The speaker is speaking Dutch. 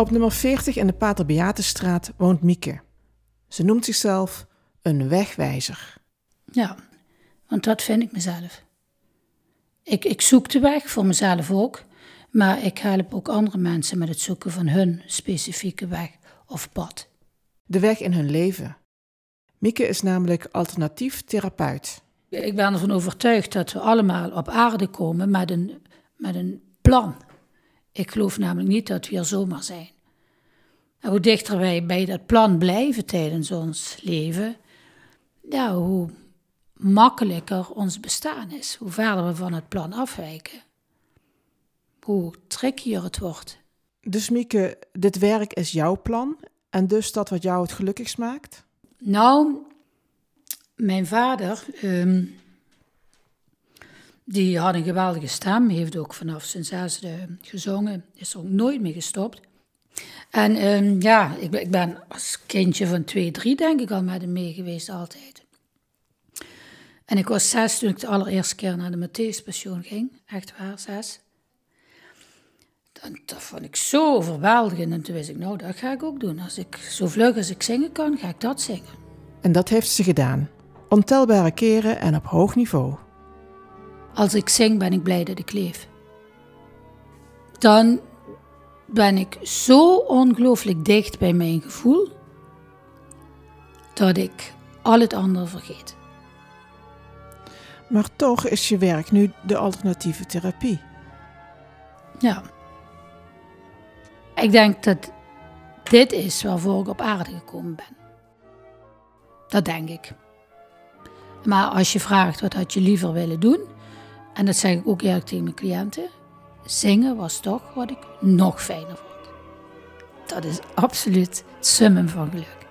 Op nummer 40 in de Pater Beatenstraat woont Mieke. Ze noemt zichzelf een wegwijzer. Ja, want dat vind ik mezelf. Ik zoek de weg, voor mezelf ook. Maar ik help ook andere mensen met het zoeken van hun specifieke weg of pad. De weg in hun leven. Mieke is namelijk alternatief therapeut. Ik ben ervan overtuigd dat we allemaal op aarde komen met een plan. Ik geloof namelijk niet dat we hier zomaar zijn. En hoe dichter wij bij dat plan blijven tijdens ons leven, ja, hoe makkelijker ons bestaan is. Hoe verder we van het plan afwijken, hoe trickier het wordt. Dus Mieke, dit werk is jouw plan en dus dat wat jou het gelukkigst maakt? Nou, mijn vader, die had een geweldige stem, heeft ook vanaf zijn 6e gezongen, is er ook nooit mee gestopt. En ik ben als kindje van 2, 3 denk ik al met hem mee geweest altijd. En ik was 6 toen ik de allereerste keer naar de Matthäuspassion ging, echt waar, 6. Dat vond ik zo overweldigend en toen wist ik, nou dat ga ik ook doen. Als ik zo vlug als ik zingen kan, ga ik dat zingen. En dat heeft ze gedaan. Ontelbare keren en op hoog niveau. Als ik zing ben ik blij dat ik leef. Dan ben ik zo ongelooflijk dicht bij mijn gevoel dat ik al het andere vergeet. Maar toch is je werk nu de alternatieve therapie. Ja. Ik denk dat dit is waarvoor ik op aarde gekomen ben. Dat denk ik. Maar als je vraagt wat had je liever willen doen, en dat zeg ik ook eerlijk tegen mijn cliënten, zingen was toch wat ik nog fijner vond. Dat is absoluut het summum van geluk.